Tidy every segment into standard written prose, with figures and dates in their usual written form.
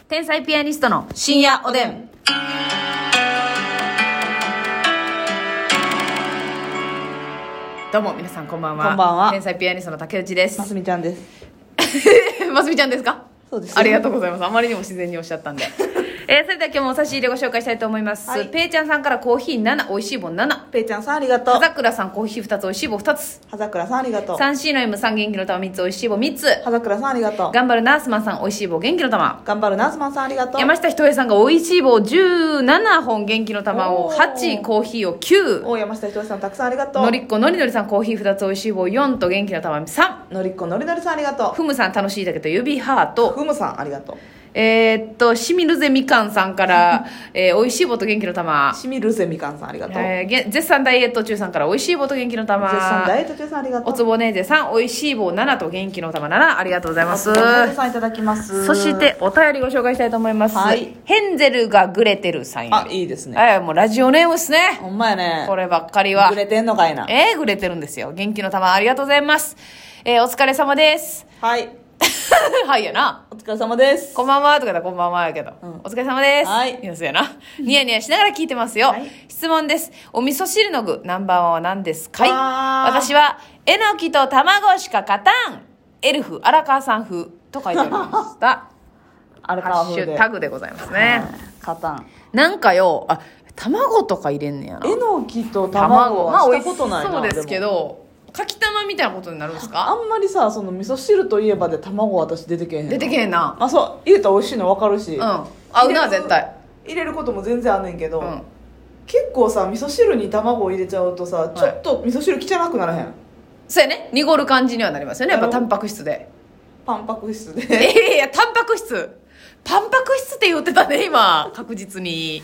天才ピアニストの深夜おでん。どうも皆さんこんばんは。 こんばんは。 天才ピアニストの竹内です。 ますみちゃんです。 ますみちゃんですか？ そうです。 ありがとうございます。あまりにも自然におっしゃったんで。それでは今日もお差し入れご紹介したいと思います。 はい、 ペイちゃんさんからコーヒー7、美味しい棒7。 ペイちゃんさんありがとう。 葉桜さんコーヒー2つ、美味しい棒2つ。 葉桜さんありがとう。 3C の M3 元気の玉3つ、美味しい棒3つ。 葉桜さんありがとう。 頑張るナースマンさん、美味しい棒元気の玉。 頑張るナースマンさんありがとう。 山下ひとえさんが美味しい棒17本、元気の玉を8、コーヒーを9。 お山下ひとえさんたくさんありがとう。 のりっこのりのりさんコーヒー2つ、美味しい棒4と元気の玉3。 のりっこのりのりさんありがとう。 ふむさん楽しいだけど指ハート。 ふむさんありがとう。 しみるぜみかんさんから、美味しい棒と元気の玉。 しみるぜみかんさんありがとう。 絶賛ダイエット中さんから美味しい棒と元気の玉。 絶賛ダイエット中さんありがとう。 おつぼねーぜさん美味しい棒7と元気の玉7、ありがとうございます。 おつぼねーぜさんいただきます。 そしてお便りご紹介したいと思います。 はい、 ヘンゼルがグレてるさんより。 あ、いいですね。 もうラジオネームですね。 ほんまやね。 こればっかりはグレてんのかいな。 グレてるんですよ。元気の玉ありがとうございます。お疲れ様です。 はいはいやな。 お疲れ様です。 こんばんはとかだ、こんばんはやけど、お疲れ様です。 はい。 いや、そうやな。ニヤニヤしながら聞いてますよ。はい、質問です。お味噌汁の具、ナンバーワンは何ですか？私は、えのきと卵しか勝たん。エルフ、荒川さん風と書いてありました。 荒川風で。 ハッシュタグでございますね。 勝たん。 なんかよ、卵とか入れんねやな。 えのきと卵はしたことないな。 そうですけど、かきたまみたいなことになるんですか？ あんまりさ、その味噌汁といえばで卵私出てけへん。 出てけへんな。 まあそう、入れたら美味しいの分かるし、 合うな絶対。 入れることも全然あんねんけど、結構さ、味噌汁に卵を入れちゃうとさ、ちょっと味噌汁汚くならへん。 そうやね、濁る感じにはなりますよね、やっぱタンパク質で。 タンパク質でいやタンパク質って言ってたね今、確実に。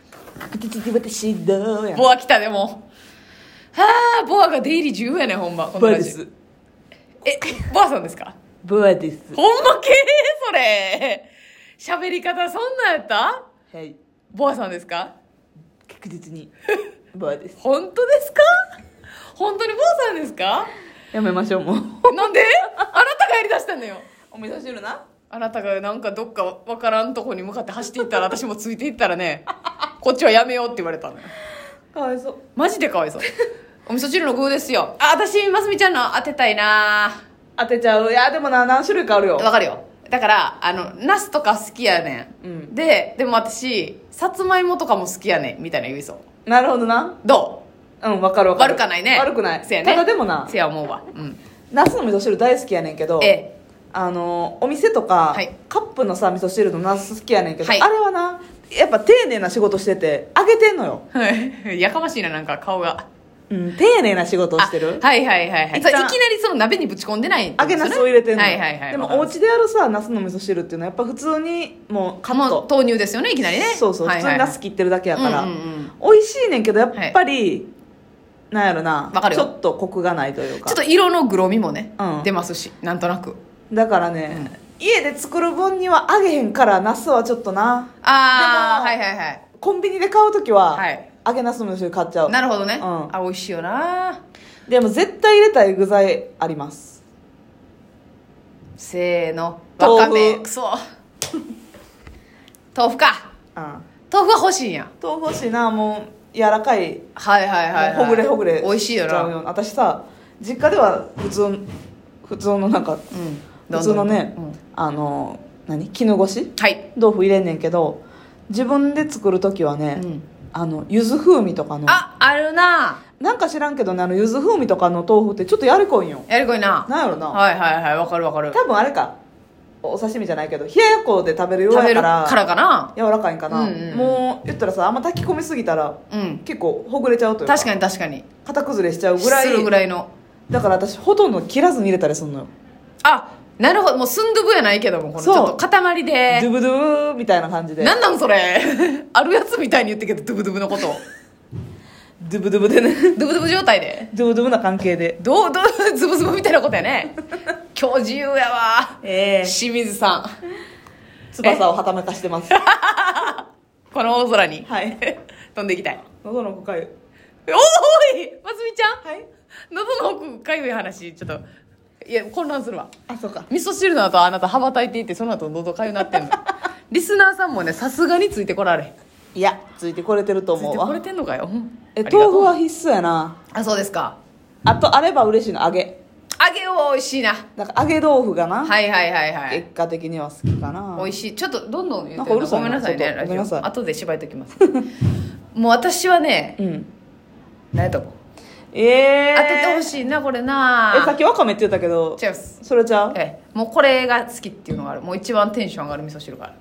ボア来た。でもボアが出入り自由やね、ほんま。 ボアです。 ボアさんですか？ ボアです。 ほんまけそれ喋り方そんなんやった？ はい、 ボアさんですか？ 確実にボアです。 本当ですか？本当にボアさんですか？ やめましょう、もう。なんで？あなたがやりだしたのよ。 お味噌汁な。 あなたがなんかどっかわからんとこに向かって走っていったら私もついていったらねこっちはやめようって言われたのよ。 かわいそう。 マジでかわいそう。お味噌汁の具ですよ。私ますみちゃんの当てたいな。 当てちゃう。いやでもな、何種類かあるよ。 わかるよ。だからナスとか好きやねん、でも私さつまいもとかも好きやねんみたいな言いそう。 なるほどな。 どう？分かる分かる。 悪かないね。 悪くない。 せやね。 ただでもな、 せや思うわ。 ナスの味噌汁大好きやねんけど、お店とか、カップのさ味噌汁のナス好きやねんけど、あれはなやっぱ丁寧な仕事してて揚げてんのよ。 やかましいな、なんか顔が。 丁寧な仕事をしてる。 いきなりその鍋にぶち込んでないんですよね。 揚げナスを入れてんの。 でもお家でやるさナスの味噌汁っていうのはやっぱ普通にもうカット豆乳ですよね、いきなりね。 そうそう、普通にナス切ってるだけやから美味しいねんけど、やっぱりなんやろな、ちょっとコクがないというか、 ちょっと色のグロみもね、出ますし、なんとなく。 だからね、家で作る分には揚げへんからナスはちょっとな。でもコンビニで買うときは揚げナスの味噌汁買っちゃう。 なるほどね。美味しいよな。 でも絶対入れたい具材あります。 せーの、わかめ。クソ豆腐か。豆腐は欲しいんや。 豆腐欲しいな。もう柔らかい、ほぐれほぐれ美味しいよな。 私さ実家では普通のなんか、普通のね、絹ごし、豆腐入れんねんけど、自分で作る時はね、柚子風味とかのあるな。 なんか知らんけどね、柚子風味とかの豆腐ってちょっとやりこいんよ。 やりこいな。 なんやろな。 わかる。 多分あれか、お刺身じゃないけど冷ややっこで食べるようやからかな、 柔らかいんかな、もう言ったらさ、あんま炊き込みすぎたら、結構ほぐれちゃうというか、 確かに型崩れしちゃうぐらいするぐらいの。 だから私ほとんど切らずに入れたりするのよ。 なるほど。もうスンドゥブやないけども、このちょっと塊でドゥブドゥみたいな感じで。 なんそれあるやつみたいに言ってけど、ドゥブドゥブのことドゥブドゥブでね、 ドゥブドゥブ状態で、 ドゥブドゥブな関係で、 ズブズブみたいなことやね。今日自由やわ。清水さん翼をはためかしてますこの大空に、飛んでいきたい。 喉の奥かゆい。 おーい、ますみちゃん、喉の奥かゆい話ちょっと、いや混乱するわ。 そうか。 味噌汁の後あなた羽ばたいていって、その後喉かゆなってんのリスナーさんもねさすがについてこられへん。 いやついてこれてると思うわ。 ついてこれてんのかよ。 豆腐は必須やな。 あ、そうですか。 あとあれば嬉しいの揚げ美味しいな。 だから揚げ豆腐がな、 はいはいはいはい。 結果的には好きかな。 美味しい。ちょっとどんどん言なってるのんかうるさいなごめんなさいね。 ちょっとごめんなさい後で縛いときます。もう私はね、何やと思う。当ててほしいなこれな。 さっきわかめって言ったけど違います。 それちゃう。 もうこれが好きっていうのがある。もう一番テンション上がる味噌汁がある。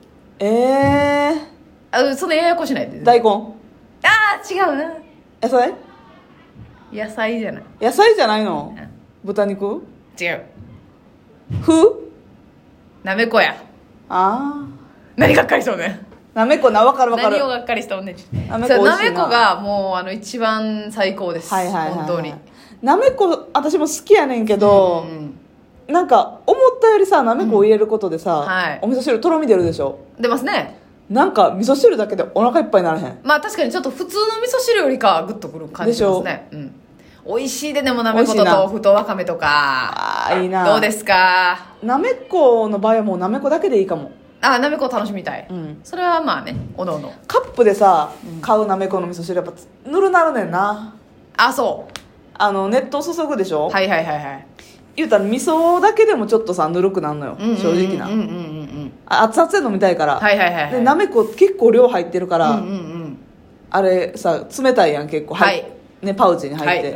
そのややこしないで。 大根。 違うな。 野菜じゃない。 野菜じゃないの、豚肉。 違う。 風なめこや。何がっかりしとんねん。 なめこな、分かる分かる。 何をがっかりしとんねん。 なめこ美味しいな。 なめこがもう一番最高です。本当に。 なめこ私も好きやねんけど、なんか思ったよりさなめこを入れることでさ、お味噌汁とろみ出るでしょ。 出ますね。 なんか味噌汁だけでお腹いっぱいにならへん。 まあ確かにちょっと普通の味噌汁よりかはグッとくる感じしますね。美味しいで。でもなめこと豆腐とわかめとか。 いいな。 どうですか。 なめこの場合はもうなめこだけでいいかも。 なめこ楽しみたい。それはまあね、おのおの。 カップでさ、買うなめこの味噌汁やっぱぬるなるねんな。 そう。 熱湯注ぐでしょ。 はいはいはいはい。 言うたら味噌だけでもちょっとさぬるくなるのよ、正直な。熱々で飲みたいから。でなめこ結構量入ってるから、あれさ冷たいやん結構。ね、パウチに入って、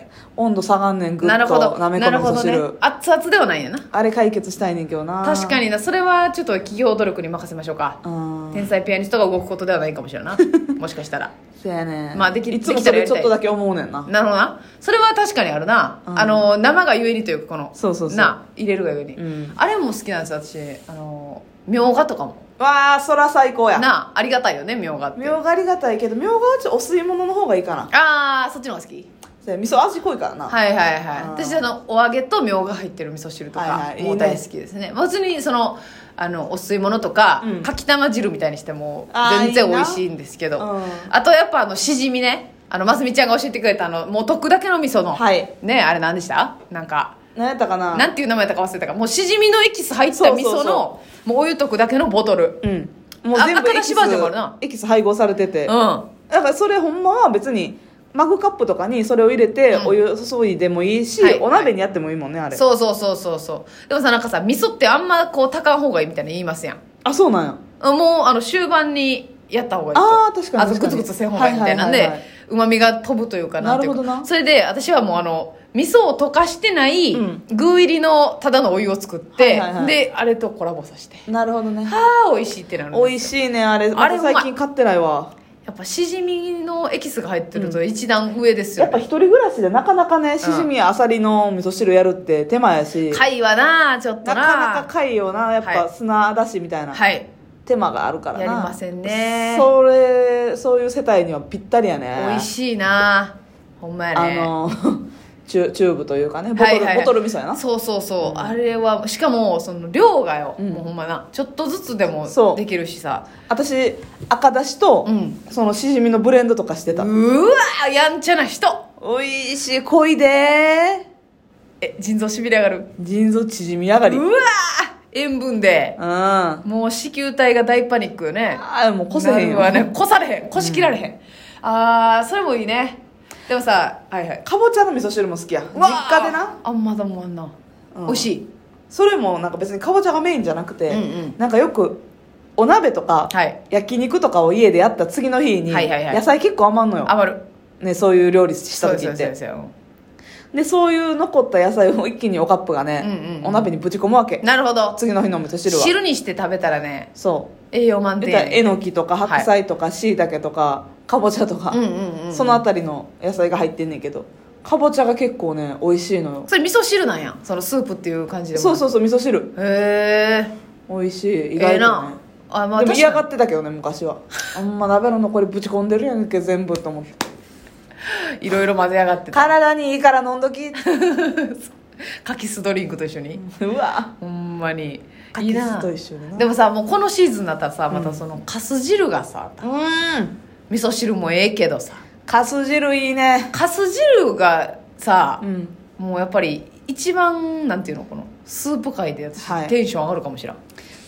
温度下がんねんぐっとなめこの味噌汁。 熱々ではないんやな。 あれ解決したいねんけどな。 確かにな。それはちょっと企業努力に任せましょうか。天才ピアニストが動くことではないかもしれないな。もしかしたら。 そうやね。 まあできる。 いつもそれちょっとだけ思うねんな。 なるほどな。それは確かにあるな。生がゆえにというかこのそう入れるがゆえに。あれも好きなんですよ私。みょうがとかも。 そら最高やありがたいよねみょうがって。 みょうがありがたいけどみょうがはちょっとお吸い物の方がいいかな。 そっちの方が好き。 味噌味濃いからな。 私お揚げとみょうが入ってる味噌汁とかもう大好きですね。別にお吸い物とか、かきたま汁みたいにしても全然美味しいんですけど、あとやっぱしじみね、ますみちゃんが教えてくれたもう溶くだけの味噌の、ね、あれ何でした？なんか何やったかな、 なんていう名前やったか忘れたから、もうしじみのエキス入った味噌のもうお湯溶くだけのボトル、 もう全部エキス配合されてて、だからそれほんまは別にマグカップとかにそれを入れてお湯注いでもいいし、お鍋にやってもいいもんねあれ。そうでもさなんかさ味噌ってあんまこう炊かん方がいいみたいな言いますやん。 そうなんや。 もう終盤にやった方がいいと。 確かにグツグツせん方がいいみたいなんでうまみが飛ぶというかなんていうか。なるほどな。それで私はもう味噌を溶かしてない具入りのただのお湯を作って、であれとコラボさせて。 なるほどね。 美味しいってなるんですよ。 美味しいねあれ。あれ最近買ってないわ。 やっぱしじみのエキスが入ってると一段上ですよ、 やっぱ一人暮らしでなかなかねしじみやあさりの味噌汁やるって手間やし、 貝はなちょっとなかなか貝よなやっぱ砂だしみたいな、手間があるからな。 やりませんね。 そういう世帯にはぴったりやね。 美味しいなほんまやね。 チューブというかねボトル味噌やな。 そう、あれはしかもその量がよ、もうほんまなちょっとずつでもできるしさ。 私赤だしと、そのしじみのブレンドとかしてた。 うわやんちゃな人。 おいしい濃いで腎臓しびれ上がる。 腎臓縮み上がり。 うわ塩分で、もう子宮体が大パニックよね。 もうこせへんよね。こされへん、こしきられへん、それもいいね。でもさ、 かぼちゃの味噌汁も好きや。実家でな。 まだもあんな、美味しい。 それもなんか別にかぼちゃがメインじゃなくて、なんかよくお鍋とか、焼肉とかを家でやった次の日に、野菜結構余んのよ。 余るね、そういう料理した時って。でそういう残った野菜を一気におカップがね、お鍋にぶち込むわけ。 なるほど。 次の日の味噌汁は汁にして食べたらね、 そう栄養満点。 えのきとか白菜とかしいたけとかかぼちゃとか、そのあたりの野菜が入ってんねんけど、かぼちゃが結構ね美味しいのよ。 それ味噌汁なんや、そのスープっていう感じでも。 そう味噌汁。 へえ美味しい。意外とね、でも嫌がってたけどね昔は。あんま鍋の残りぶち込んでるやんけ全部と思って。 いろいろ混ぜ上がってた。 体にいいから飲んどき。 カキスドリンクと一緒に。 うわほんまにカキスと一緒にな。 でもさもうこのシーズンになったらさまたそのかす汁がさ、味噌汁もええけどさ、 かす汁いいね。 かす汁がさ、もうやっぱり一番なんていうのこのスープ界で私、テンション上がるかもしれん。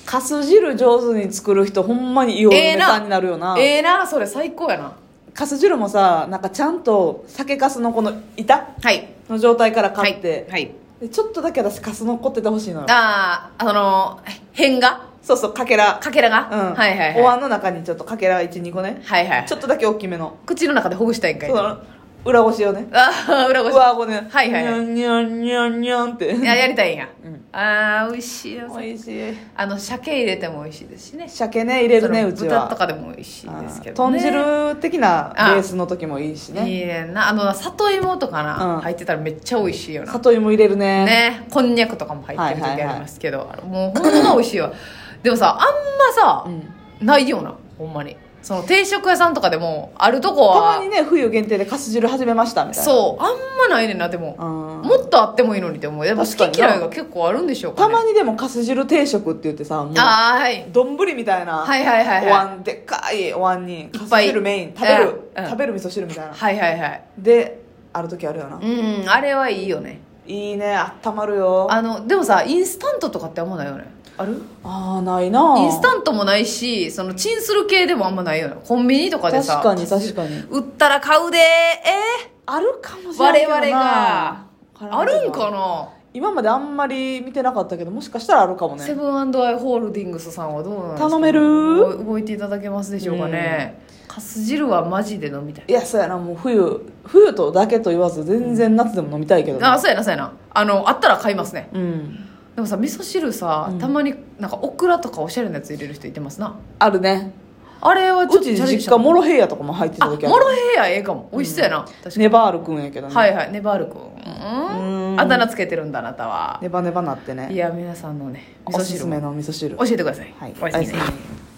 かす汁上手に作る人ほんまにいいお嫁さんになるよな。 それ最高やな。 かす汁もさ、なんかちゃんと酒かすのこの板の状態から買って、でちょっとだけ私かす残っててほしいのよ。 辺がそうそう、かけらが、 お椀の中にちょっとかけら 1,2 個ね、ちょっとだけ大きめの口の中でほぐしたいんかい。 そう裏ごしをね、 裏ごし、 上顎ね、 ニャンニャンニャンニャンってやりたいんや。美味しいよ。 美味しい。 鮭入れても美味しいですしね。 鮭ね、入れるね、うちは。 豚とかでも美味しいですけどね。 豚汁的なベースの時もいいしね。 いいねんな。里芋とかな、入ってたらめっちゃ美味しいよな。 里芋入れるね。 こんにゃくとかも入ってる時ありますけど、もうほんま美味しいわ。でもさ、あんまさ、ないよな、ほんまに。その定食屋さんとかでもあるとこはたまにね、冬限定でかす汁始めましたみたいな。 そう、あんまないねんな。でももっとあってもいいのにって思う。やっぱ好き嫌いが結構あるんでしょうかね。 たまにでもかす汁定食って言ってさ、もう丼みたいなお椀、でっかいお椀にかす汁メイン食べる味噌汁みたいなである時あるよな。 あれはいいよね。 いいね、あったまるよ。 でもさ、インスタントとかってあんまないよね。ある？ ないな。 インスタントもないし、チンする系でもあんまないよね。コンビニとかでさ、 確かに売ったら買うで。 あるかもしれないけどな。 我々があるんかな。 今まであんまり見てなかったけど、もしかしたらあるかもね。 セブン&アイ・ホールディングスさんはどうなんですか？ 頼める？ 動いていただけますでしょうかね。かす汁はマジで飲みたい。 いや、そうやな。もう冬とだけと言わず全然夏でも飲みたいけど。 そうやな。あったら買いますね。でもさ、味噌汁さ、たまになんかオクラとかおしゃれなやつ入れる人いてますな。 あるね。 あれはちょっとうち実家モロヘイヤとかも入ってた時ある。 モロヘイヤええかも。美味しそうやな。確かに。 ネバールくんやけどね。 ネバールくん。あだ名つけてるんだ、あなたは。 ネバネバなってね。 いや、皆さんのね、 おすすめの味噌汁教えてください。 おやすみ。